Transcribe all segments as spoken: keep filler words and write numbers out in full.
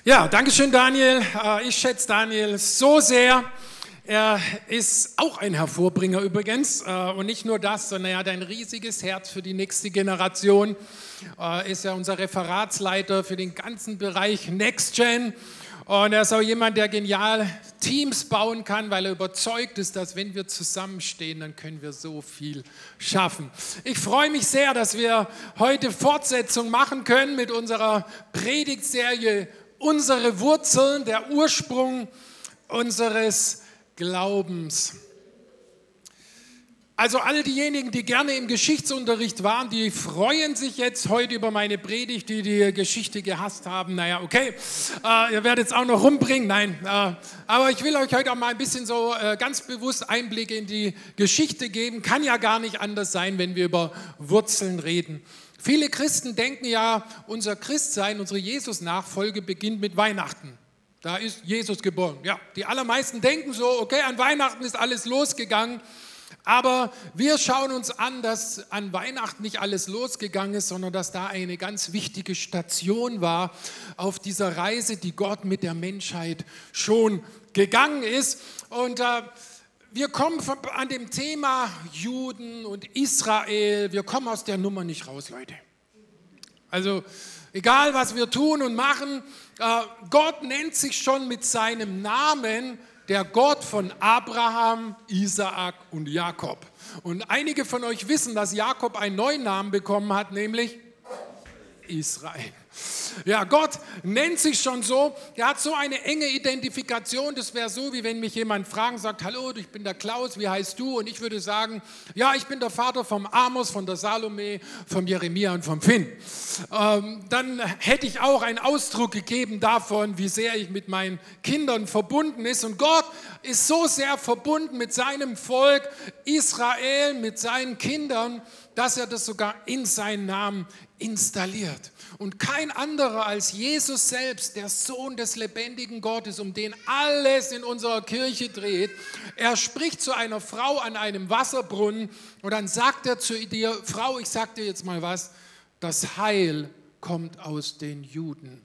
Ja, danke schön, Daniel. Ich schätze Daniel so sehr. Er ist auch ein Hervorbringer übrigens. Und nicht nur das, sondern er hat ein riesiges Herz für die nächste Generation. Er ist ja unser Referatsleiter für den ganzen Bereich NextGen. Und er ist auch jemand, der genial Teams bauen kann, weil er überzeugt ist, dass wenn wir zusammenstehen, dann können wir so viel schaffen. Ich freue mich sehr, dass wir heute Fortsetzung machen können mit unserer Predigtserie Unsere Wurzeln, der Ursprung unseres Glaubens. Also alle diejenigen, die gerne im Geschichtsunterricht waren, die freuen sich jetzt heute über meine Predigt, die die Geschichte gehasst haben. Naja, okay, äh, ihr werdet es auch noch rumbringen, nein. Äh, aber ich will euch heute auch mal ein bisschen so äh, ganz bewusst Einblicke in die Geschichte geben. Kann ja gar nicht anders sein, wenn wir über Wurzeln reden. Viele Christen denken ja, unser Christsein, unsere Jesus-Nachfolge beginnt mit Weihnachten. Da ist Jesus geboren. Ja, die allermeisten denken so, okay, an Weihnachten ist alles losgegangen. Aber wir schauen uns an, dass an Weihnachten nicht alles losgegangen ist, sondern dass da eine ganz wichtige Station war auf dieser Reise, die Gott mit der Menschheit schon gegangen ist. Und äh, wir kommen von, an dem Thema Juden und Israel, wir kommen aus der Nummer nicht raus, Leute. Also egal, was wir tun und machen, äh, Gott nennt sich schon mit seinem Namen der Gott von Abraham, Isaak und Jakob. Und einige von euch wissen, dass Jakob einen neuen Namen bekommen hat, nämlich Israel. Ja, Gott nennt sich schon so, er hat so eine enge Identifikation, das wäre so, wie wenn mich jemand fragen sagt, hallo, ich bin der Klaus, wie heißt du? Und ich würde sagen, ja, ich bin der Vater vom Amos, von der Salome, vom Jeremia und vom Finn. Ähm, dann hätte ich auch einen Ausdruck gegeben davon, wie sehr ich mit meinen Kindern verbunden ist. Und Gott ist so sehr verbunden mit seinem Volk Israel, mit seinen Kindern, dass er das sogar in seinen Namen installiert. Und kein anderer als Jesus selbst, der Sohn des lebendigen Gottes, um den alles in unserer Kirche dreht. Er spricht zu einer Frau an einem Wasserbrunnen und dann sagt er zu dir, Frau, ich sag dir jetzt mal was, das Heil kommt aus den Juden.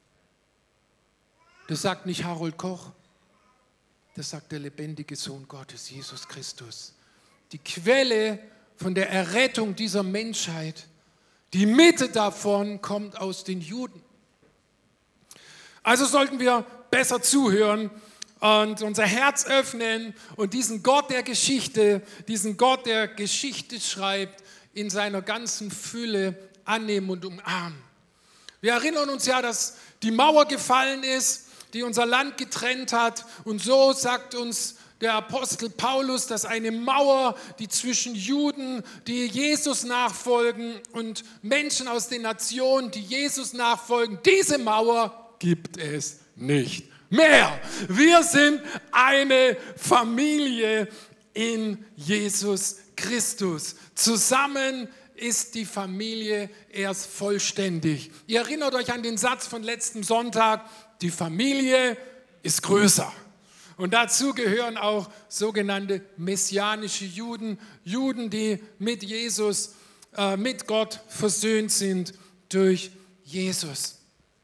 Das sagt nicht Harold Koch, das sagt der lebendige Sohn Gottes, Jesus Christus. Die Quelle von der Errettung dieser Menschheit, die Mitte davon kommt aus den Juden. Also sollten wir besser zuhören und unser Herz öffnen und diesen Gott der Geschichte, diesen Gott, der Geschichte schreibt, in seiner ganzen Fülle annehmen und umarmen. Wir erinnern uns ja, dass die Mauer gefallen ist, die unser Land getrennt hat. Und so sagt uns der Apostel Paulus, dass eine Mauer, die zwischen Juden, die Jesus nachfolgen, und Menschen aus den Nationen, die Jesus nachfolgen, diese Mauer gibt es nicht mehr. Wir sind eine Familie in Jesus Christus. Zusammen ist die Familie erst vollständig. Ihr erinnert euch an den Satz von letzten Sonntag, die Familie ist größer. Und dazu gehören auch sogenannte messianische Juden, Juden, die mit Jesus, äh, mit Gott versöhnt sind durch Jesus.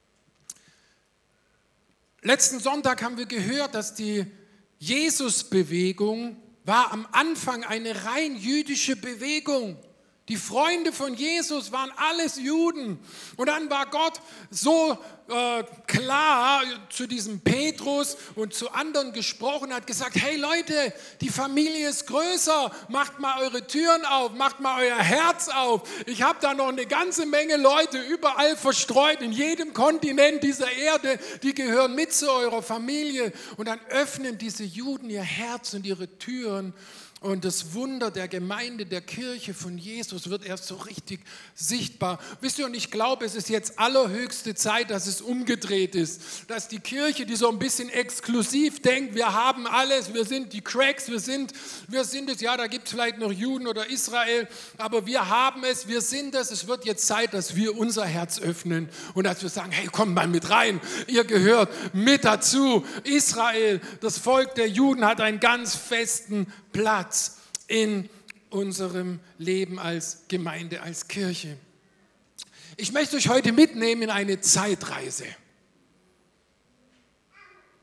Letzten Sonntag haben wir gehört, dass die Jesus-Bewegung war am Anfang eine rein jüdische Bewegung. Die Freunde von Jesus waren alles Juden. Und dann war Gott so äh, klar zu diesem Petrus und zu anderen gesprochen, hat gesagt, hey Leute, die Familie ist größer, macht mal eure Türen auf, macht mal euer Herz auf. Ich habe da noch eine ganze Menge Leute überall verstreut, in jedem Kontinent dieser Erde, die gehören mit zu eurer Familie. Und dann öffnen diese Juden ihr Herz und ihre Türen. Und das Wunder der Gemeinde, der Kirche von Jesus wird erst so richtig sichtbar. Wisst ihr, und ich glaube, es ist jetzt allerhöchste Zeit, dass es umgedreht ist. Dass die Kirche, die so ein bisschen exklusiv denkt, wir haben alles, wir sind die Cracks, wir sind, wir sind es, ja, da gibt es vielleicht noch Juden oder Israel, aber wir haben es, wir sind es. Es wird jetzt Zeit, dass wir unser Herz öffnen und dass wir sagen, hey, kommt mal mit rein, ihr gehört mit dazu. Israel, das Volk der Juden, hat einen ganz festen Platz in unserem Leben als Gemeinde, als Kirche. Ich möchte euch heute mitnehmen in eine Zeitreise.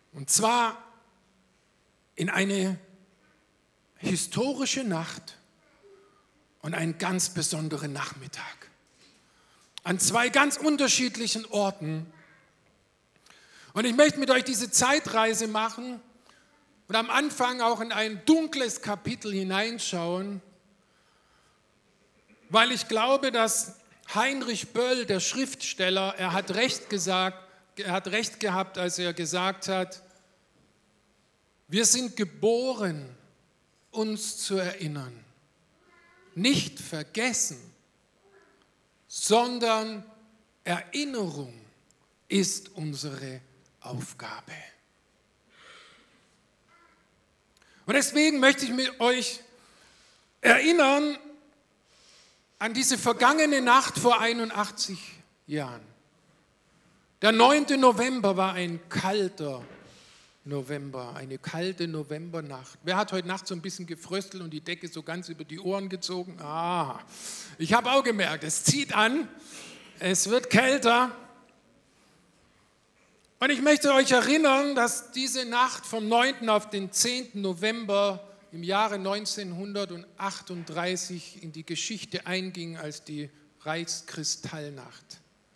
Und zwar in eine historische Nacht und einen ganz besonderen Nachmittag. An zwei ganz unterschiedlichen Orten. Und ich möchte mit euch diese Zeitreise machen und am Anfang auch in ein dunkles Kapitel hineinschauen, weil ich glaube, dass Heinrich Böll, der Schriftsteller, er hat recht gesagt, er hat recht gehabt, als er gesagt hat, wir sind geboren, uns zu erinnern. Nicht vergessen, sondern Erinnerung ist unsere Aufgabe. Und deswegen möchte ich mit euch erinnern an diese vergangene Nacht vor einundachtzig Jahren. Der neunte November war ein kalter November, eine kalte Novembernacht. Wer hat heute Nacht so ein bisschen gefröstelt und die Decke so ganz über die Ohren gezogen? Ah, ich habe auch gemerkt, es zieht an, es wird kälter. Und ich möchte euch erinnern, dass diese Nacht vom neunten auf den zehnten November im Jahre neunzehnhundertachtunddreißig in die Geschichte einging als die Reichskristallnacht.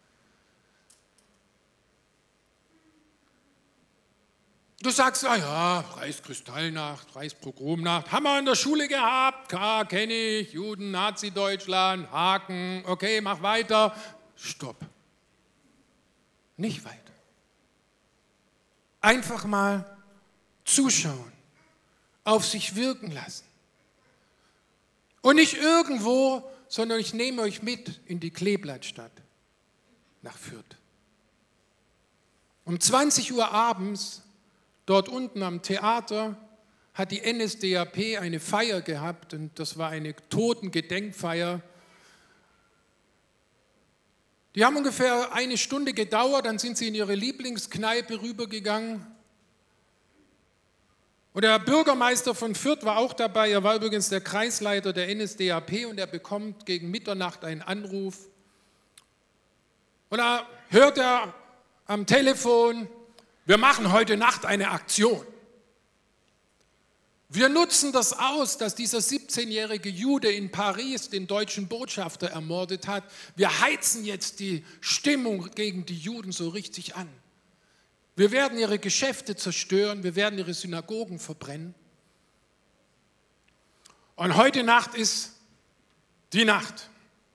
Du sagst, ah ja, Reichskristallnacht, Reichspogromnacht, haben wir in der Schule gehabt, klar, kenne ich, Juden, Nazi-Deutschland, Haken, okay, mach weiter. Stopp. Nicht weiter. Einfach mal zuschauen, auf sich wirken lassen. Und nicht irgendwo, sondern ich nehme euch mit in die Kleeblattstadt nach Fürth. Um zwanzig Uhr abends dort unten am Theater hat die N S D A P eine Feier gehabt und das war eine Totengedenkfeier. Die haben ungefähr eine Stunde gedauert, dann sind sie in ihre Lieblingskneipe rübergegangen. Und der Bürgermeister von Fürth war auch dabei, er war übrigens der Kreisleiter der N S D A P und er bekommt gegen Mitternacht einen Anruf. Und da hört er am Telefon, wir machen heute Nacht eine Aktion. Wir nutzen das aus, dass dieser siebzehnjährige Jude in Paris den deutschen Botschafter ermordet hat. Wir heizen jetzt die Stimmung gegen die Juden so richtig an. Wir werden ihre Geschäfte zerstören, wir werden ihre Synagogen verbrennen. Und heute Nacht ist die Nacht.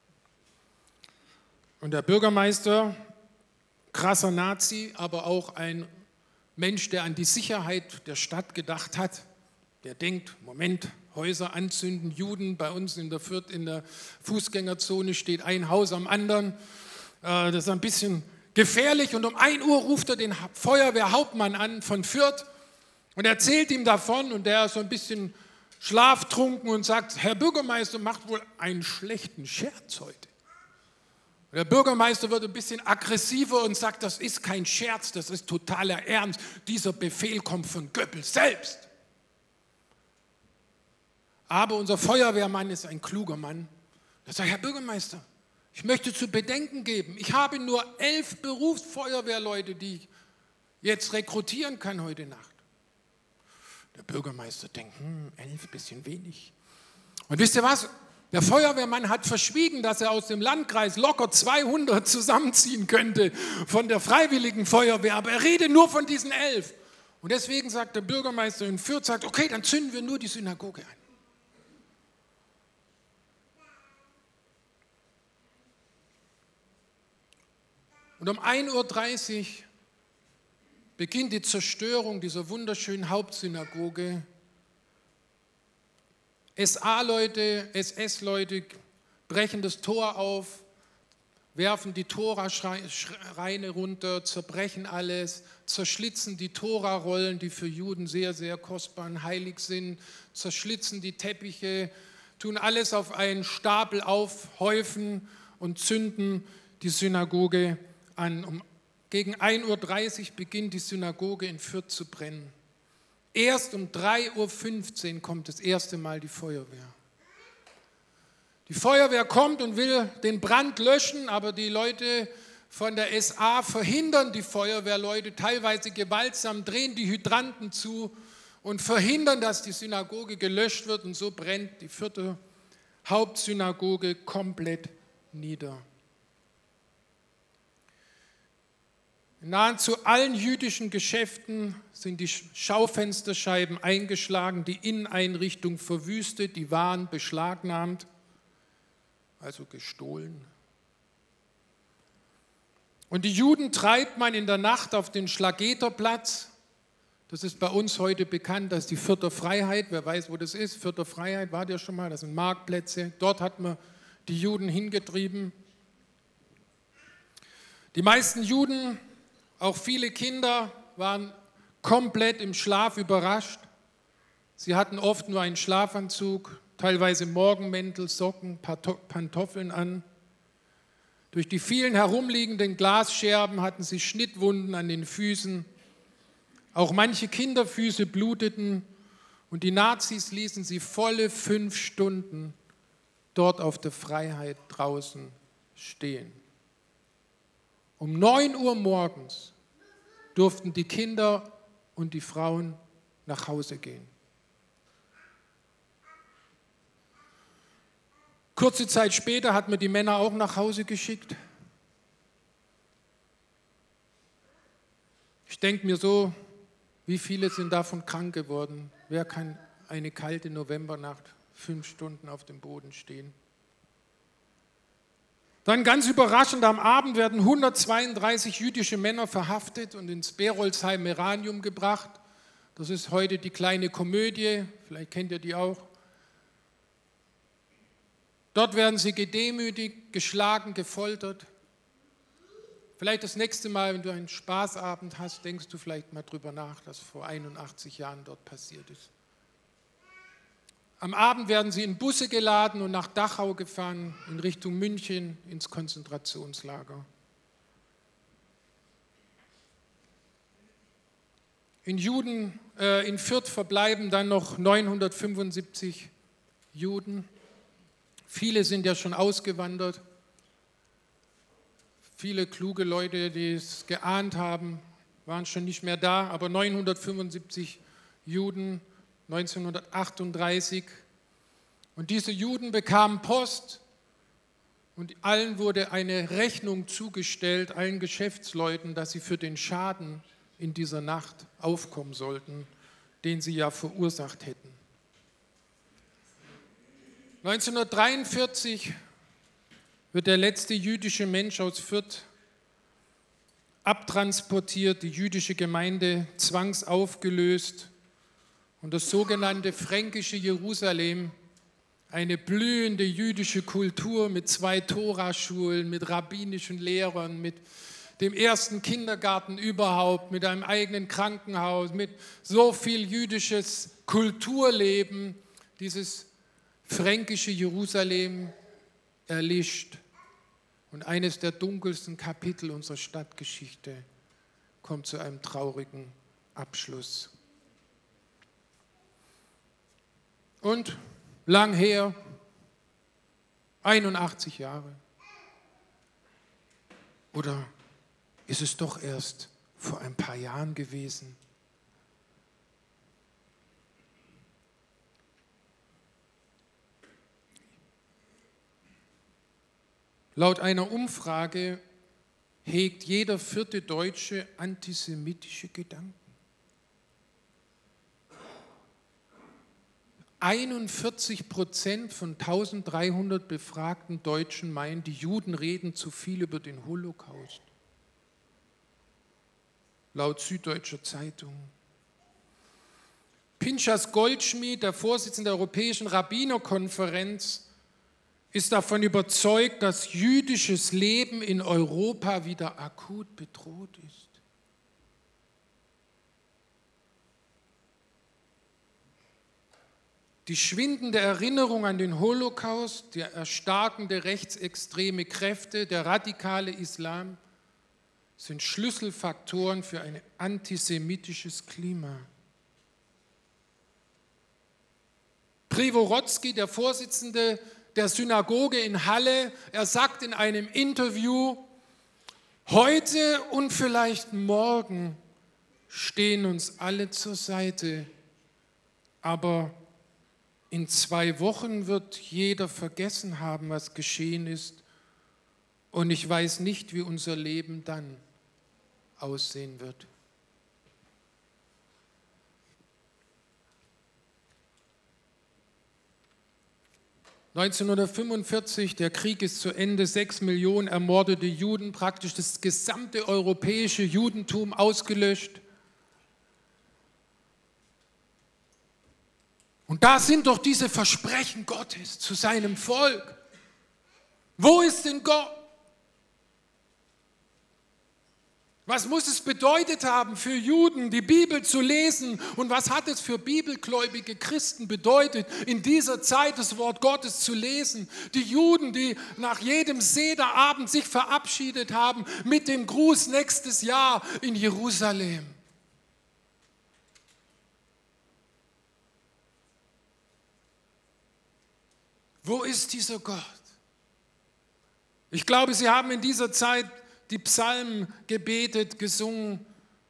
Und der Bürgermeister, krasser Nazi, aber auch ein Mensch, der an die Sicherheit der Stadt gedacht hat, der denkt, Moment, Häuser anzünden, Juden, bei uns in der Fürth, in der Fußgängerzone steht ein Haus am anderen, das ist ein bisschen gefährlich und um ein Uhr ruft er den Feuerwehrhauptmann an von Fürth und erzählt ihm davon und der ist so ein bisschen schlaftrunken und sagt, Herr Bürgermeister macht wohl einen schlechten Scherz heute. Der Bürgermeister wird ein bisschen aggressiver und sagt, das ist kein Scherz, das ist totaler Ernst. Dieser Befehl kommt von Goebbels selbst. Aber unser Feuerwehrmann ist ein kluger Mann. Er sagt, Herr Bürgermeister, ich möchte zu bedenken geben, ich habe nur elf Berufsfeuerwehrleute, die ich jetzt rekrutieren kann heute Nacht. Der Bürgermeister denkt, hm, elf, bisschen wenig. Und wisst ihr was? Der Feuerwehrmann hat verschwiegen, dass er aus dem Landkreis locker zweihundert zusammenziehen könnte von der Freiwilligen Feuerwehr, aber er redet nur von diesen elf. Und deswegen sagt der Bürgermeister in Fürth, sagt, okay, dann zünden wir nur die Synagoge an. Und um ein Uhr dreißig beginnt die Zerstörung dieser wunderschönen Hauptsynagoge. S A-Leute, S S-Leute brechen das Tor auf, werfen die Tora-Schreine runter, zerbrechen alles, zerschlitzen die Tora-Rollen, die für Juden sehr, sehr kostbar und heilig sind, zerschlitzen die Teppiche, tun alles auf einen Stapel aufhäufen und zünden die Synagoge an. Um, gegen ein Uhr dreißig beginnt die Synagoge in Fürth zu brennen. Erst um drei Uhr fünfzehn kommt das erste Mal die Feuerwehr. Die Feuerwehr kommt und will den Brand löschen, aber die Leute von der S A verhindern die Feuerwehrleute teilweise gewaltsam, drehen die Hydranten zu und verhindern, dass die Synagoge gelöscht wird. Und so brennt die vierte Hauptsynagoge komplett nieder. In nahezu allen jüdischen Geschäften sind die Schaufensterscheiben eingeschlagen, die Inneneinrichtung verwüstet, die Waren beschlagnahmt, also gestohlen. Und die Juden treibt man in der Nacht auf den Schlageterplatz. Das ist bei uns heute bekannt als die Vierter Freiheit. Wer weiß, wo das ist? Vierter Freiheit, wart ihr schon mal? Das sind Marktplätze. Dort hat man die Juden hingetrieben. Die meisten Juden, auch viele Kinder, waren komplett im Schlaf überrascht. Sie hatten oft nur einen Schlafanzug, teilweise Morgenmäntel, Socken, Pantoffeln an. Durch die vielen herumliegenden Glasscherben hatten sie Schnittwunden an den Füßen. Auch manche Kinderfüße bluteten und die Nazis ließen sie volle fünf Stunden dort auf der Freiheit draußen stehen. Um neun Uhr morgens durften die Kinder und die Frauen nach Hause gehen. Kurze Zeit später hat man die Männer auch nach Hause geschickt. Ich denke mir so, wie viele sind davon krank geworden? Wer kann eine kalte Novembernacht fünf Stunden auf dem Boden stehen? Dann ganz überraschend, am Abend werden hundertzweiunddreißig jüdische Männer verhaftet und ins Berolzheim Meranium gebracht. Das ist heute die kleine Komödie, vielleicht kennt ihr die auch. Dort werden sie gedemütigt, geschlagen, gefoltert. Vielleicht das nächste Mal, wenn du einen Spaßabend hast, denkst du vielleicht mal drüber nach, was vor einundachtzig Jahren dort passiert ist. Am Abend werden sie in Busse geladen und nach Dachau gefahren, in Richtung München, ins Konzentrationslager. In, Juden, äh, in Fürth verbleiben dann noch neunhundertfünfundsiebzig Juden. Viele sind ja schon ausgewandert. Viele kluge Leute, die es geahnt haben, waren schon nicht mehr da, aber neunhundertfünfundsiebzig Juden neunzehnhundertachtunddreißig. Und diese Juden bekamen Post und allen wurde eine Rechnung zugestellt, allen Geschäftsleuten, dass sie für den Schaden in dieser Nacht aufkommen sollten, den sie ja verursacht hätten. neunzehnhundertdreiundvierzig wird der letzte jüdische Mensch aus Fürth abtransportiert, die jüdische Gemeinde zwangsaufgelöst und das sogenannte fränkische Jerusalem, eine blühende jüdische Kultur mit zwei Toraschulen, mit rabbinischen Lehrern, mit dem ersten Kindergarten überhaupt, mit einem eigenen Krankenhaus, mit so viel jüdisches Kulturleben, dieses fränkische Jerusalem erlischt. Und eines der dunkelsten Kapitel unserer Stadtgeschichte kommt zu einem traurigen Abschluss. Und lang her, einundachtzig Jahre. Oder ist es doch erst vor ein paar Jahren gewesen? Laut einer Umfrage hegt jeder vierte Deutsche antisemitische Gedanken. einundvierzig Prozent von eintausenddreihundert befragten Deutschen meinen, die Juden reden zu viel über den Holocaust. Laut Süddeutscher Zeitung. Pinchas Goldschmied, der Vorsitzende der Europäischen Rabbinerkonferenz, ist davon überzeugt, dass jüdisches Leben in Europa wieder akut bedroht ist. Die schwindende Erinnerung an den Holocaust, der erstarkende rechtsextreme Kräfte, der radikale Islam sind Schlüsselfaktoren für ein antisemitisches Klima. Privorotsky, der Vorsitzende der Synagoge in Halle, er sagt in einem Interview, Heute und vielleicht morgen stehen uns alle zur Seite, aber in zwei Wochen wird jeder vergessen haben, was geschehen ist, und ich weiß nicht, wie unser Leben dann aussehen wird. neunzehnhundertfünfundvierzig, der Krieg ist zu Ende, sechs Millionen ermordete Juden, praktisch das gesamte europäische Judentum ausgelöscht. Und da sind doch diese Versprechen Gottes zu seinem Volk. Wo ist denn Gott? Was muss es bedeutet haben für Juden, die Bibel zu lesen? Und was hat es für bibelgläubige Christen bedeutet, in dieser Zeit das Wort Gottes zu lesen? Die Juden, die nach jedem Sederabend sich verabschiedet haben mit dem Gruß nächstes Jahr in Jerusalem. Wo ist dieser Gott? Ich glaube, sie haben in dieser Zeit die Psalmen gebetet, gesungen,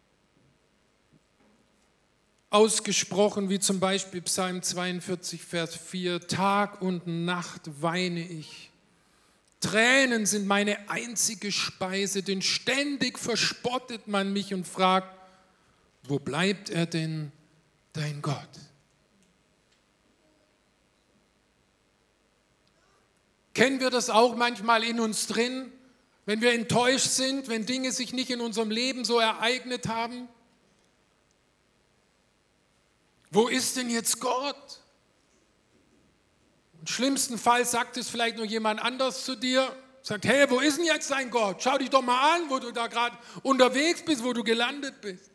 ausgesprochen, wie zum Beispiel Psalm zweiundvierzig, Vers vier, Tag und Nacht weine ich. Tränen sind meine einzige Speise, denn ständig verspottet man mich und fragt, wo bleibt er denn, dein Gott? Kennen wir das auch manchmal in uns drin? Wenn wir enttäuscht sind, wenn Dinge sich nicht in unserem Leben so ereignet haben? Wo ist denn jetzt Gott? Im schlimmsten Fall sagt es vielleicht noch jemand anders zu dir, sagt, hey, wo ist denn jetzt dein Gott? Schau dich doch mal an, wo du da gerade unterwegs bist, wo du gelandet bist.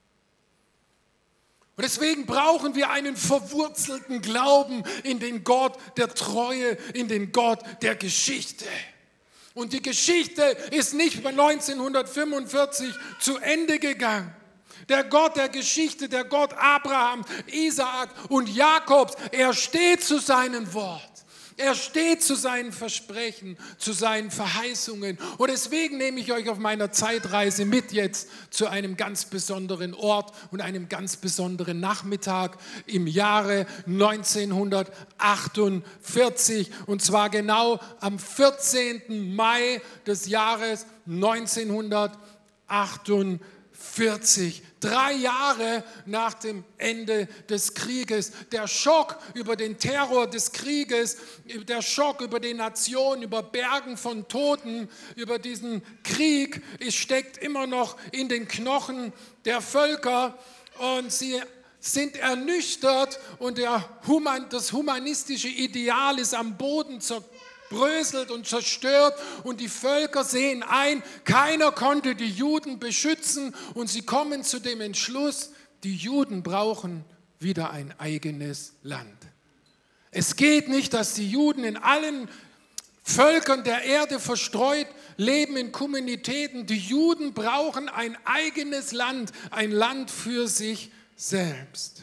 Und deswegen brauchen wir einen verwurzelten Glauben in den Gott der Treue, in den Gott der Geschichte. Und die Geschichte ist nicht bei neunzehnhundertfünfundvierzig zu Ende gegangen. Der Gott der Geschichte, der Gott Abraham, Isaak und Jakobs, er steht zu seinem Wort. Er steht zu seinen Versprechen, zu seinen Verheißungen. Und deswegen nehme ich euch auf meiner Zeitreise mit jetzt zu einem ganz besonderen Ort und einem ganz besonderen Nachmittag im Jahre neunzehnhundertachtundvierzig. Und zwar genau am vierzehnten Mai des Jahres neunzehnhundertachtundvierzig. Drei Jahre nach dem Ende des Krieges. Der Schock über den Terror des Krieges, der Schock über die Nation, über Bergen von Toten, über diesen Krieg, es steckt immer noch in den Knochen der Völker und sie sind ernüchtert und der Human, das humanistische Ideal ist am Boden zerstört. Bröselt und zerstört und die Völker sehen ein, keiner konnte die Juden beschützen und sie kommen zu dem Entschluss, die Juden brauchen wieder ein eigenes Land. Es geht nicht, dass die Juden in allen Völkern der Erde verstreut leben in Kommunitäten. Die Juden brauchen ein eigenes Land, ein Land für sich selbst.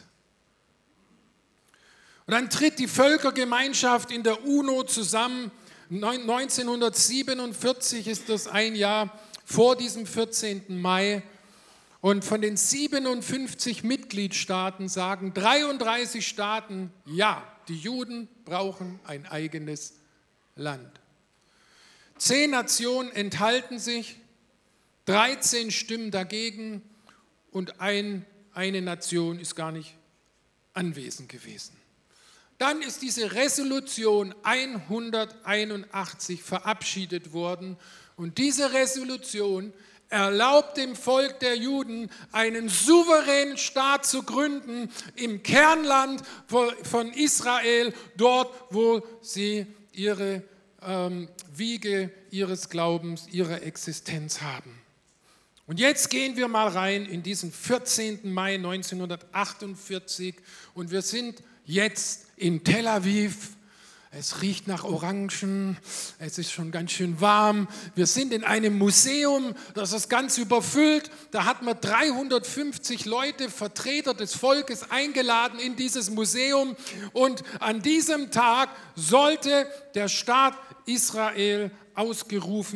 Und dann tritt die Völkergemeinschaft in der UNO zusammen. neunzehnhundertsiebenundvierzig ist das ein Jahr vor diesem vierzehnten Mai. Und von den siebenundfünfzig Mitgliedstaaten sagen dreiunddreißig Staaten, ja, die Juden brauchen ein eigenes Land. Zehn Nationen enthalten sich, dreizehn stimmen dagegen und ein, eine Nation ist gar nicht anwesend gewesen. Dann ist diese Resolution hunderteinundachtzig verabschiedet worden und diese Resolution erlaubt dem Volk der Juden, einen souveränen Staat zu gründen im Kernland von Israel, dort, wo sie ihre ähm, Wiege ihres Glaubens, ihre Existenz haben. Und jetzt gehen wir mal rein in diesen vierzehnten Mai neunzehnhundertachtundvierzig und wir sind jetzt in Tel Aviv. Es riecht nach Orangen, es ist schon ganz schön warm. Wir sind in einem Museum, das ist ganz überfüllt. Da hat man dreihundertfünfzig Leute, Vertreter des Volkes eingeladen in dieses Museum. Und an diesem Tag sollte der Staat Israel ausgerufen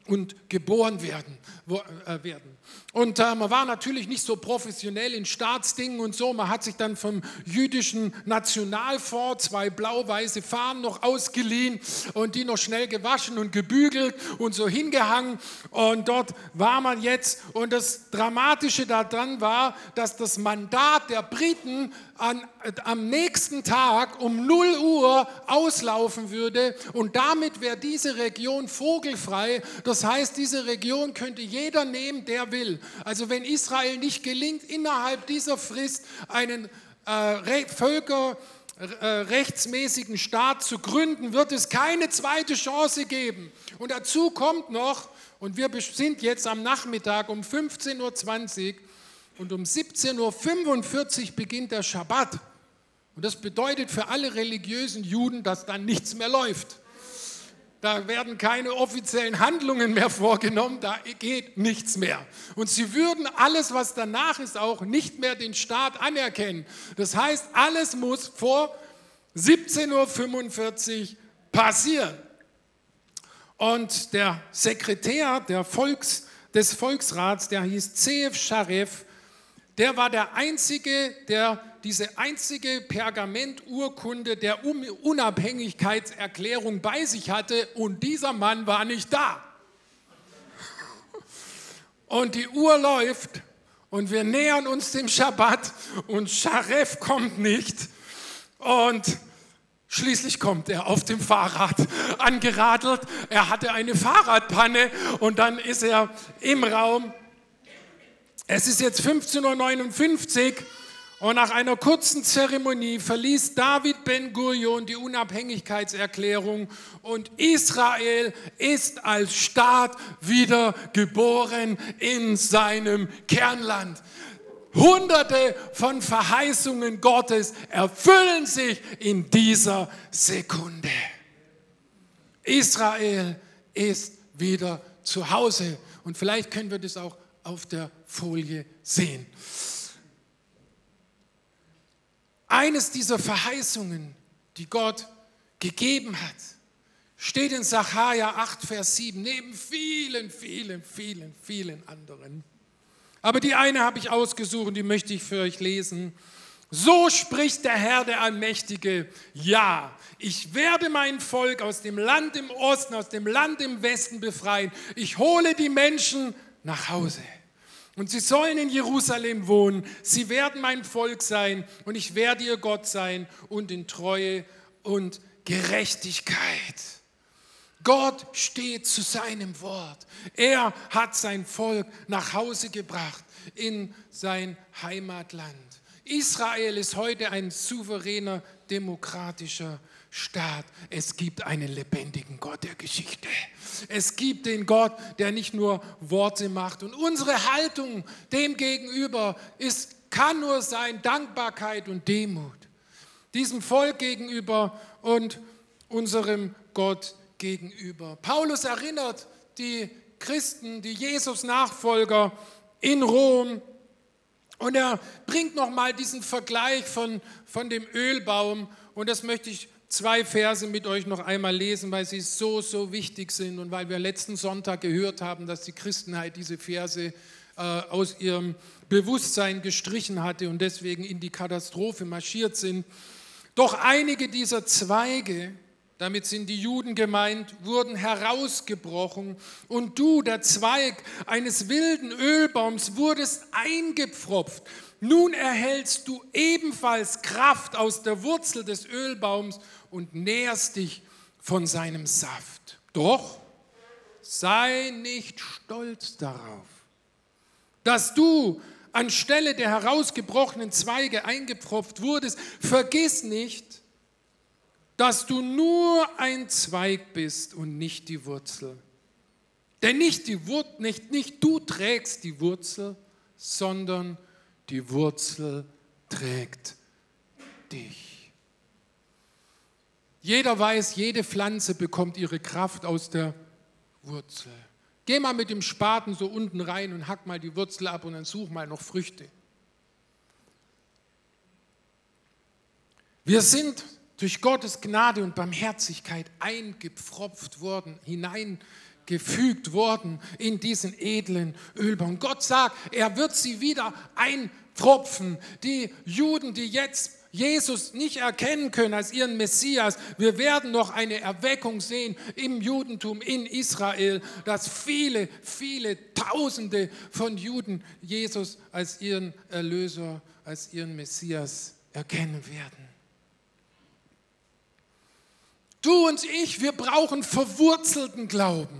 und geboren werden. Wo, äh, werden. Und äh, man war natürlich nicht so professionell in Staatsdingen und so. Man hat sich dann vom jüdischen Nationalfonds zwei blau-weiße Fahnen noch ausgeliehen und die noch schnell gewaschen und gebügelt und so hingehangen. Und dort war man jetzt. Und das Dramatische daran war, dass das Mandat der Briten an, äh, am nächsten Tag um null Uhr auslaufen würde. Und damit wäre diese Region vogelfrei. Das heißt, diese Region könnte jeder nehmen, der will. Also wenn Israel nicht gelingt, innerhalb dieser Frist einen äh, völkerrechtsmäßigen Staat zu gründen, wird es keine zweite Chance geben. Und dazu kommt noch, und wir sind jetzt am Nachmittag um fünfzehn Uhr zwanzig und um siebzehn Uhr fünfundvierzig beginnt der Schabbat. Und das bedeutet für alle religiösen Juden, dass dann nichts mehr läuft. Da werden keine offiziellen Handlungen mehr vorgenommen, da geht nichts mehr. Und sie würden alles, was danach ist, auch nicht mehr den Staat anerkennen. Das heißt, alles muss vor siebzehn Uhr fünfundvierzig passieren. Und der Sekretär der Volks, des Volksrats, der hieß Zeev Sharef, der war der Einzige, der diese einzige Pergamenturkunde der Unabhängigkeitserklärung bei sich hatte und dieser Mann war nicht da. Und die Uhr läuft und wir nähern uns dem Schabbat und Sharef kommt nicht und schließlich kommt er auf dem Fahrrad angeradelt. Er hatte eine Fahrradpanne und dann ist er im Raum. Es ist jetzt fünfzehn Uhr neunundfünfzig und nach einer kurzen Zeremonie verließ David Ben-Gurion die Unabhängigkeitserklärung und Israel ist als Staat wieder geboren in seinem Kernland. Hunderte von Verheißungen Gottes erfüllen sich in dieser Sekunde. Israel ist wieder zu Hause und vielleicht können wir das auch auf der Folie sehen. Eines dieser Verheißungen, die Gott gegeben hat, steht in Sacharja acht, Vers sieben, neben vielen, vielen, vielen, vielen anderen. Aber die eine habe ich ausgesucht und die möchte ich für euch lesen. So spricht der Herr, der Allmächtige, ja, ich werde mein Volk aus dem Land im Osten, aus dem Land im Westen befreien. Ich hole die Menschen nach Hause. Und sie sollen in Jerusalem wohnen, sie werden mein Volk sein und ich werde ihr Gott sein und in Treue und Gerechtigkeit. Gott steht zu seinem Wort. Er hat sein Volk nach Hause gebracht in sein Heimatland. Israel ist heute ein souveräner, demokratischer Staat. Es gibt einen lebendigen Gott der Geschichte. Es gibt den Gott, der nicht nur Worte macht. Und unsere Haltung dem gegenüber ist, kann nur sein Dankbarkeit und Demut. Diesem Volk gegenüber und unserem Gott gegenüber. Paulus erinnert die Christen, die Jesus-Nachfolger in Rom und er bringt nochmal diesen Vergleich von, von dem Ölbaum und das möchte ich zwei Verse mit euch noch einmal lesen, weil sie so, so wichtig sind und weil wir letzten Sonntag gehört haben, dass die Christenheit diese Verse äh, aus ihrem Bewusstsein gestrichen hatte und deswegen in die Katastrophe marschiert sind. Doch einige dieser Zweige, damit sind die Juden gemeint, wurden herausgebrochen und du, der Zweig eines wilden Ölbaums, wurdest eingepfropft. Nun erhältst du ebenfalls Kraft aus der Wurzel des Ölbaums und nährst dich von seinem Saft. Doch sei nicht stolz darauf, dass du anstelle der herausgebrochenen Zweige eingepfropft wurdest. Vergiss nicht, dass du nur ein Zweig bist und nicht die Wurzel. Denn nicht, die Wur- nicht, nicht du trägst die Wurzel, sondern die Wurzel trägt dich. Jeder weiß, jede Pflanze bekommt ihre Kraft aus der Wurzel. Geh mal mit dem Spaten so unten rein und hack mal die Wurzel ab und dann such mal noch Früchte. Wir sind durch Gottes Gnade und Barmherzigkeit eingepfropft worden, hinein gefügt worden in diesen edlen Ölbaum. Gott sagt, er wird sie wieder einpfropfen. Die Juden, die jetzt Jesus nicht erkennen können als ihren Messias, wir werden noch eine Erweckung sehen im Judentum in Israel, dass viele, viele Tausende von Juden Jesus als ihren Erlöser, als ihren Messias erkennen werden. Du und ich, wir brauchen verwurzelten Glauben,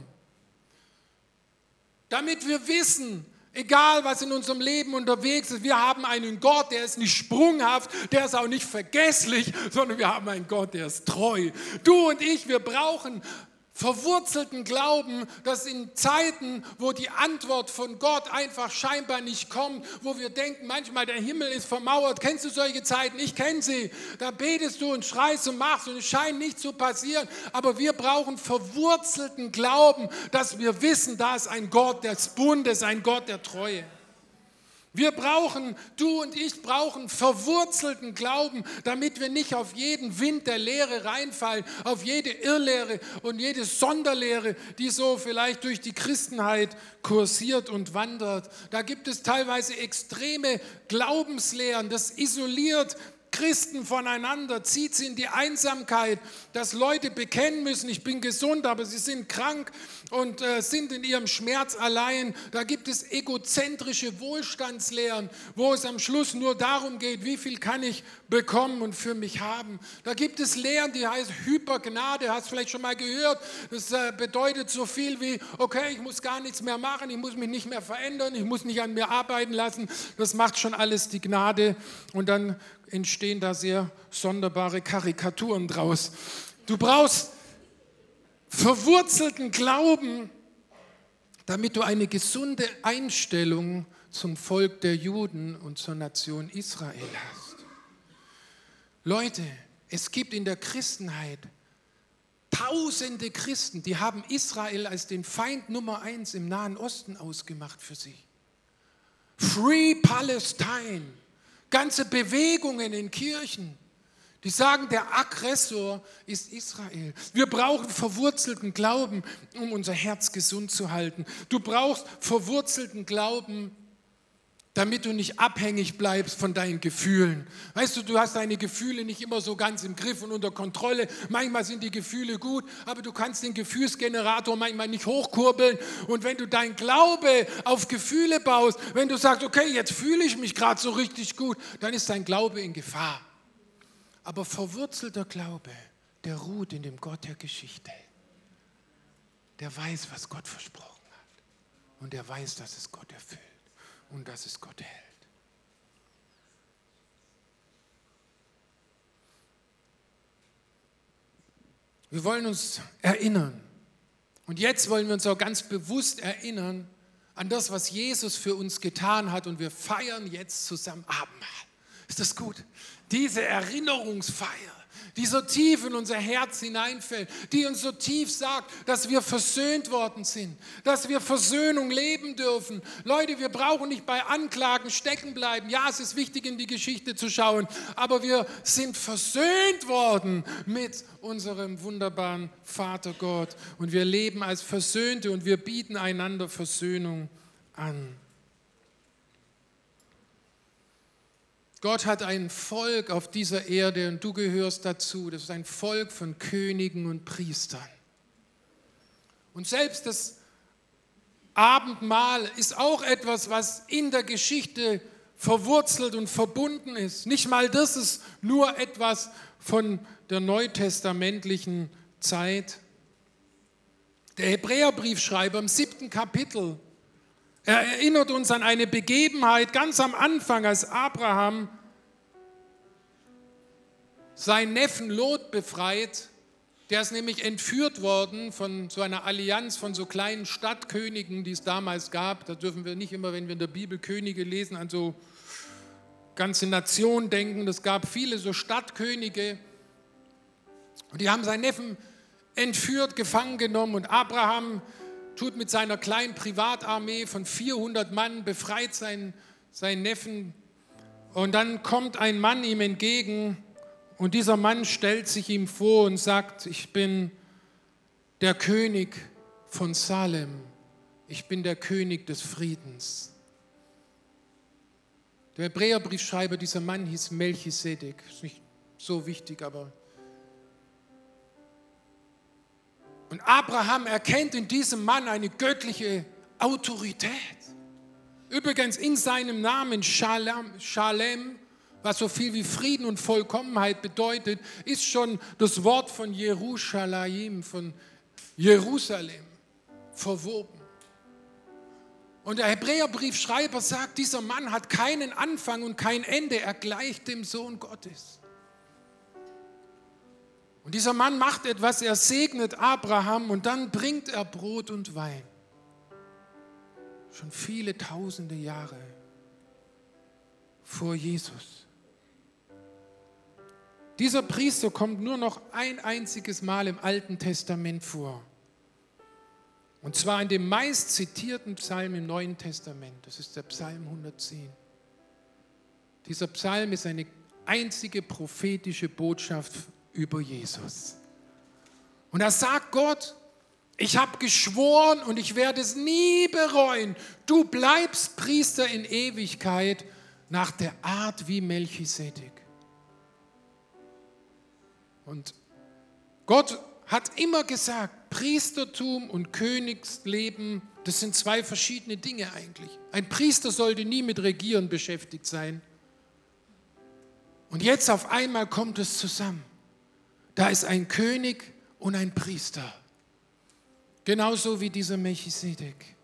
damit wir wissen, egal was in unserem Leben unterwegs ist, wir haben einen Gott, der ist nicht sprunghaft, der ist auch nicht vergesslich, sondern wir haben einen Gott, der ist treu. Du und ich, wir brauchen verwurzelten Glauben, dass in Zeiten, wo die Antwort von Gott einfach scheinbar nicht kommt, wo wir denken, manchmal der Himmel ist vermauert, kennst du solche Zeiten? Ich kenne sie. Da betest du und schreist und machst und es scheint nicht zu passieren, aber wir brauchen verwurzelten Glauben, dass wir wissen, da ist ein Gott des Bundes, ein Gott der Treue. Wir brauchen, du und ich brauchen verwurzelten Glauben, damit wir nicht auf jeden Wind der Lehre reinfallen, auf jede Irrlehre und jede Sonderlehre, die so vielleicht durch die Christenheit kursiert und wandert. Da gibt es teilweise extreme Glaubenslehren, das isoliert Christen voneinander, zieht sie in die Einsamkeit, dass Leute bekennen müssen, ich bin gesund, aber sie sind krank und äh, sind in ihrem Schmerz allein. Da gibt es egozentrische Wohlstandslehren, wo es am Schluss nur darum geht, wie viel kann ich bekommen und für mich haben. Da gibt es Lehren, die heißen Hypergnade, hast du vielleicht schon mal gehört. Das äh, bedeutet so viel wie, okay, ich muss gar nichts mehr machen, ich muss mich nicht mehr verändern, ich muss nicht an mir arbeiten lassen, das macht schon alles die Gnade und dann entstehen da sehr sonderbare Karikaturen draus. Du brauchst verwurzelten Glauben, damit du eine gesunde Einstellung zum Volk der Juden und zur Nation Israel hast. Leute, es gibt in der Christenheit tausende Christen, die haben Israel als den Feind Nummer eins im Nahen Osten ausgemacht für sich. Free Palestine. Ganze Bewegungen in Kirchen, die sagen, der Aggressor ist Israel. Wir brauchen verwurzelten Glauben, um unser Herz gesund zu halten. Du brauchst verwurzelten Glauben, damit du nicht abhängig bleibst von deinen Gefühlen. Weißt du, du hast deine Gefühle nicht immer so ganz im Griff und unter Kontrolle. Manchmal sind die Gefühle gut, aber du kannst den Gefühlsgenerator manchmal nicht hochkurbeln. Und wenn du dein Glaube auf Gefühle baust, wenn du sagst, okay, jetzt fühle ich mich gerade so richtig gut, dann ist dein Glaube in Gefahr. Aber verwurzelter Glaube, der ruht in dem Gott der Geschichte. Der weiß, was Gott versprochen hat. Und der weiß, dass es Gott erfüllt. Und dass es Gott hält. Wir wollen uns erinnern. Und jetzt wollen wir uns auch ganz bewusst erinnern an das, was Jesus für uns getan hat. Und wir feiern jetzt zusammen Abendmahl. Ist das gut? Diese Erinnerungsfeier, die so tief in unser Herz hineinfällt, die uns so tief sagt, dass wir versöhnt worden sind, dass wir Versöhnung leben dürfen. Leute, wir brauchen nicht bei Anklagen stecken bleiben. Ja, es ist wichtig, in die Geschichte zu schauen, aber wir sind versöhnt worden mit unserem wunderbaren Vater Gott und wir leben als Versöhnte und wir bieten einander Versöhnung an. Gott hat ein Volk auf dieser Erde und du gehörst dazu. Das ist ein Volk von Königen und Priestern. Und selbst das Abendmahl ist auch etwas, was in der Geschichte verwurzelt und verbunden ist. Nicht mal das ist nur etwas von der neutestamentlichen Zeit. Der Hebräerbriefschreiber im siebten Kapitel, er erinnert uns an eine Begebenheit ganz am Anfang, als Abraham seinen Neffen Lot befreit. Der ist nämlich entführt worden von so einer Allianz von so kleinen Stadtkönigen, die es damals gab. Da dürfen wir nicht immer, wenn wir in der Bibel Könige lesen, an so ganze Nationen denken. Es gab viele so Stadtkönige. Und die haben seinen Neffen entführt, gefangen genommen. Und Abraham tut mit seiner kleinen Privatarmee von vierhundert Mann, befreit seinen, seinen Neffen. Und dann kommt ein Mann ihm entgegen und dieser Mann stellt sich ihm vor und sagt, ich bin der König von Salem. Ich bin der König des Friedens. Der Hebräerbriefschreiber, dieser Mann hieß Melchisedek. Ist nicht so wichtig, aber... Und Abraham erkennt in diesem Mann eine göttliche Autorität. Übrigens in seinem Namen Shalem, Shalem, was so viel wie Frieden und Vollkommenheit bedeutet, ist schon das Wort von Jerusalem, von Jerusalem verwoben. Und der Hebräerbriefschreiber sagt, dieser Mann hat keinen Anfang und kein Ende, er gleicht dem Sohn Gottes. Und dieser Mann macht etwas, er segnet Abraham und dann bringt er Brot und Wein. Schon viele tausende Jahre vor Jesus. Dieser Priester kommt nur noch ein einziges Mal im Alten Testament vor. Und zwar in dem meist zitierten Psalm im Neuen Testament. Das ist der Psalm hundertzehn. Dieser Psalm ist eine einzige prophetische Botschaft über Jesus. Und da sagt Gott, ich habe geschworen und ich werde es nie bereuen. Du bleibst Priester in Ewigkeit nach der Art wie Melchisedek. Und Gott hat immer gesagt, Priestertum und Königsleben, das sind zwei verschiedene Dinge eigentlich. Ein Priester sollte nie mit Regieren beschäftigt sein. Und jetzt auf einmal kommt es zusammen. Da ist ein König und ein Priester. Genauso wie dieser Melchisedek.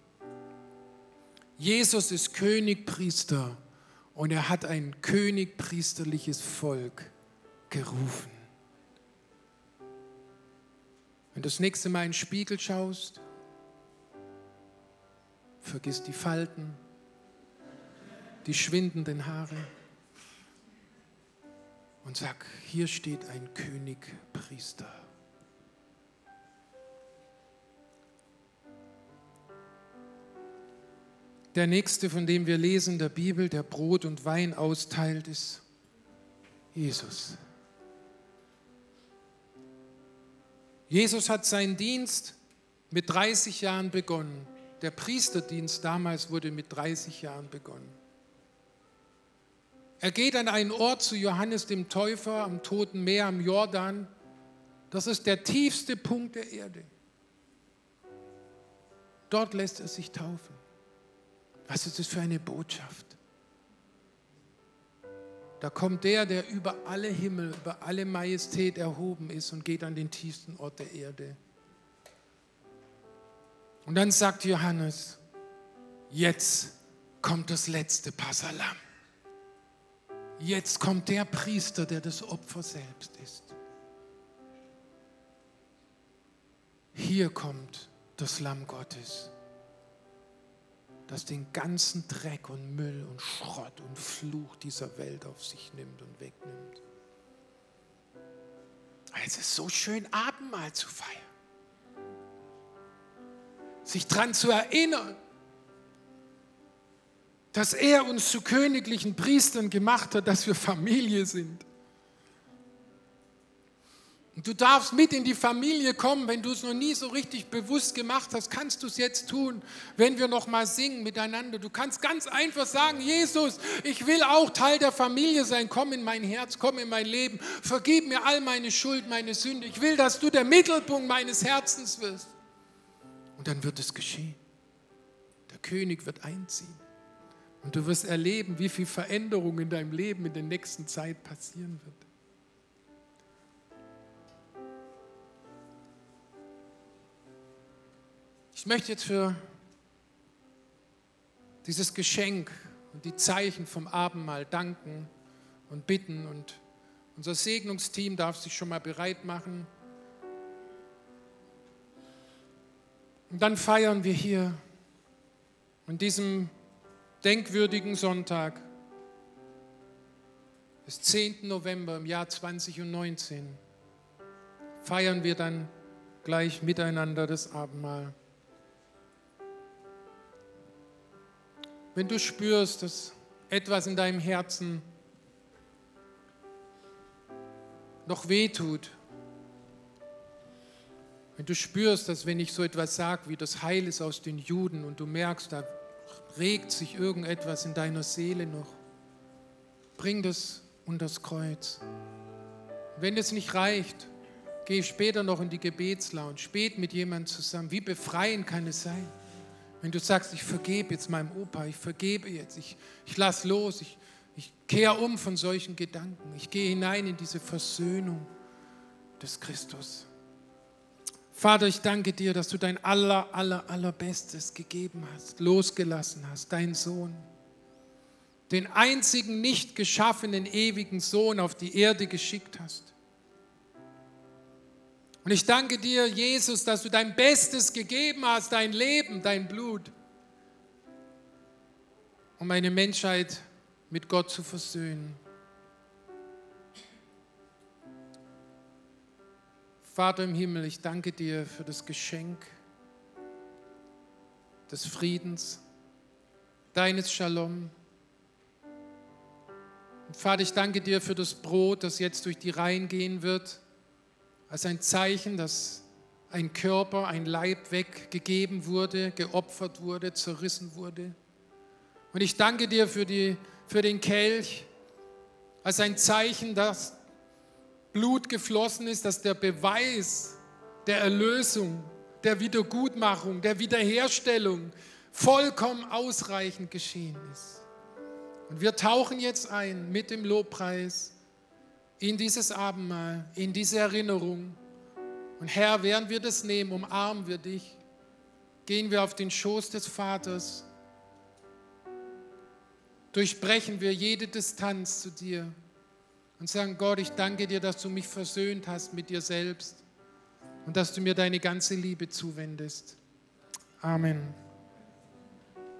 Jesus ist König, Priester und er hat ein königpriesterliches Volk gerufen. Wenn du das nächste Mal in den Spiegel schaust, vergiss die Falten, die schwindenden Haare und sag, hier steht ein König-Priester. Der nächste, von dem wir lesen in der Bibel, der Brot und Wein austeilt, ist Jesus. Jesus hat seinen Dienst mit dreißig Jahren begonnen. Der Priesterdienst damals wurde mit dreißig Jahren begonnen. Er geht an einen Ort zu Johannes dem Täufer am Toten Meer, am Jordan. Das ist der tiefste Punkt der Erde. Dort lässt er sich taufen. Was ist das für eine Botschaft? Da kommt der, der über alle Himmel, über alle Majestät erhoben ist und geht an den tiefsten Ort der Erde. Und dann sagt Johannes, jetzt kommt das letzte Passalam. Jetzt kommt der Priester, der das Opfer selbst ist. Hier kommt das Lamm Gottes, das den ganzen Dreck und Müll und Schrott und Fluch dieser Welt auf sich nimmt und wegnimmt. Es ist so schön, Abendmahl zu feiern. Sich daran zu erinnern, dass er uns zu königlichen Priestern gemacht hat, dass wir Familie sind. Und du darfst mit in die Familie kommen, wenn du es noch nie so richtig bewusst gemacht hast, kannst du es jetzt tun, wenn wir noch mal singen miteinander. Du kannst ganz einfach sagen, Jesus, ich will auch Teil der Familie sein, komm in mein Herz, komm in mein Leben, vergib mir all meine Schuld, meine Sünde. Ich will, dass du der Mittelpunkt meines Herzens wirst. Und dann wird es geschehen. Der König wird einziehen. Und du wirst erleben, wie viel Veränderung in deinem Leben in der nächsten Zeit passieren wird. Ich möchte jetzt für dieses Geschenk und die Zeichen vom Abendmahl danken und bitten. Und unser Segnungsteam darf sich schon mal bereit machen. Und dann feiern wir hier an diesem denkwürdigen Sonntag des zehnten November im Jahr zwanzig neunzehn feiern wir dann gleich miteinander das Abendmahl. Wenn du spürst, dass etwas in deinem Herzen noch wehtut, Wenn du spürst, dass wenn ich so etwas sage, wie das Heil ist aus den Juden und du merkst, da regt sich irgendetwas in deiner Seele noch, bring das unter das Kreuz. Wenn das nicht reicht, geh später noch in die Gebetslounge, spät mit jemandem zusammen. Wie befreiend kann es sein, wenn du sagst, ich vergebe jetzt meinem Opa, ich vergebe jetzt, ich, ich lass los, ich, ich kehre um von solchen Gedanken. Ich gehe hinein in diese Versöhnung des Christus. Vater, ich danke dir, dass du dein aller, aller, allerbestes gegeben hast, losgelassen hast, deinen Sohn, den einzigen nicht geschaffenen ewigen Sohn auf die Erde geschickt hast. Und ich danke dir, Jesus, dass du dein Bestes gegeben hast, dein Leben, dein Blut, um eine Menschheit mit Gott zu versöhnen. Vater im Himmel, ich danke dir für das Geschenk des Friedens, deines Shalom. Und Vater, ich danke dir für das Brot, das jetzt durch die Reihen gehen wird, als ein Zeichen, dass ein Körper, ein Leib weggegeben wurde, geopfert wurde, zerrissen wurde. Und ich danke dir für, die, für den Kelch, als ein Zeichen, dass Blut geflossen ist, dass der Beweis der Erlösung, der Wiedergutmachung, der Wiederherstellung vollkommen ausreichend geschehen ist. Und wir tauchen jetzt ein mit dem Lobpreis in dieses Abendmahl, in diese Erinnerung. Und Herr, während wir das nehmen, umarmen wir dich, gehen wir auf den Schoß des Vaters, durchbrechen wir jede Distanz zu dir und sagen, Gott, ich danke dir, dass du mich versöhnt hast mit dir selbst und dass du mir deine ganze Liebe zuwendest. Amen.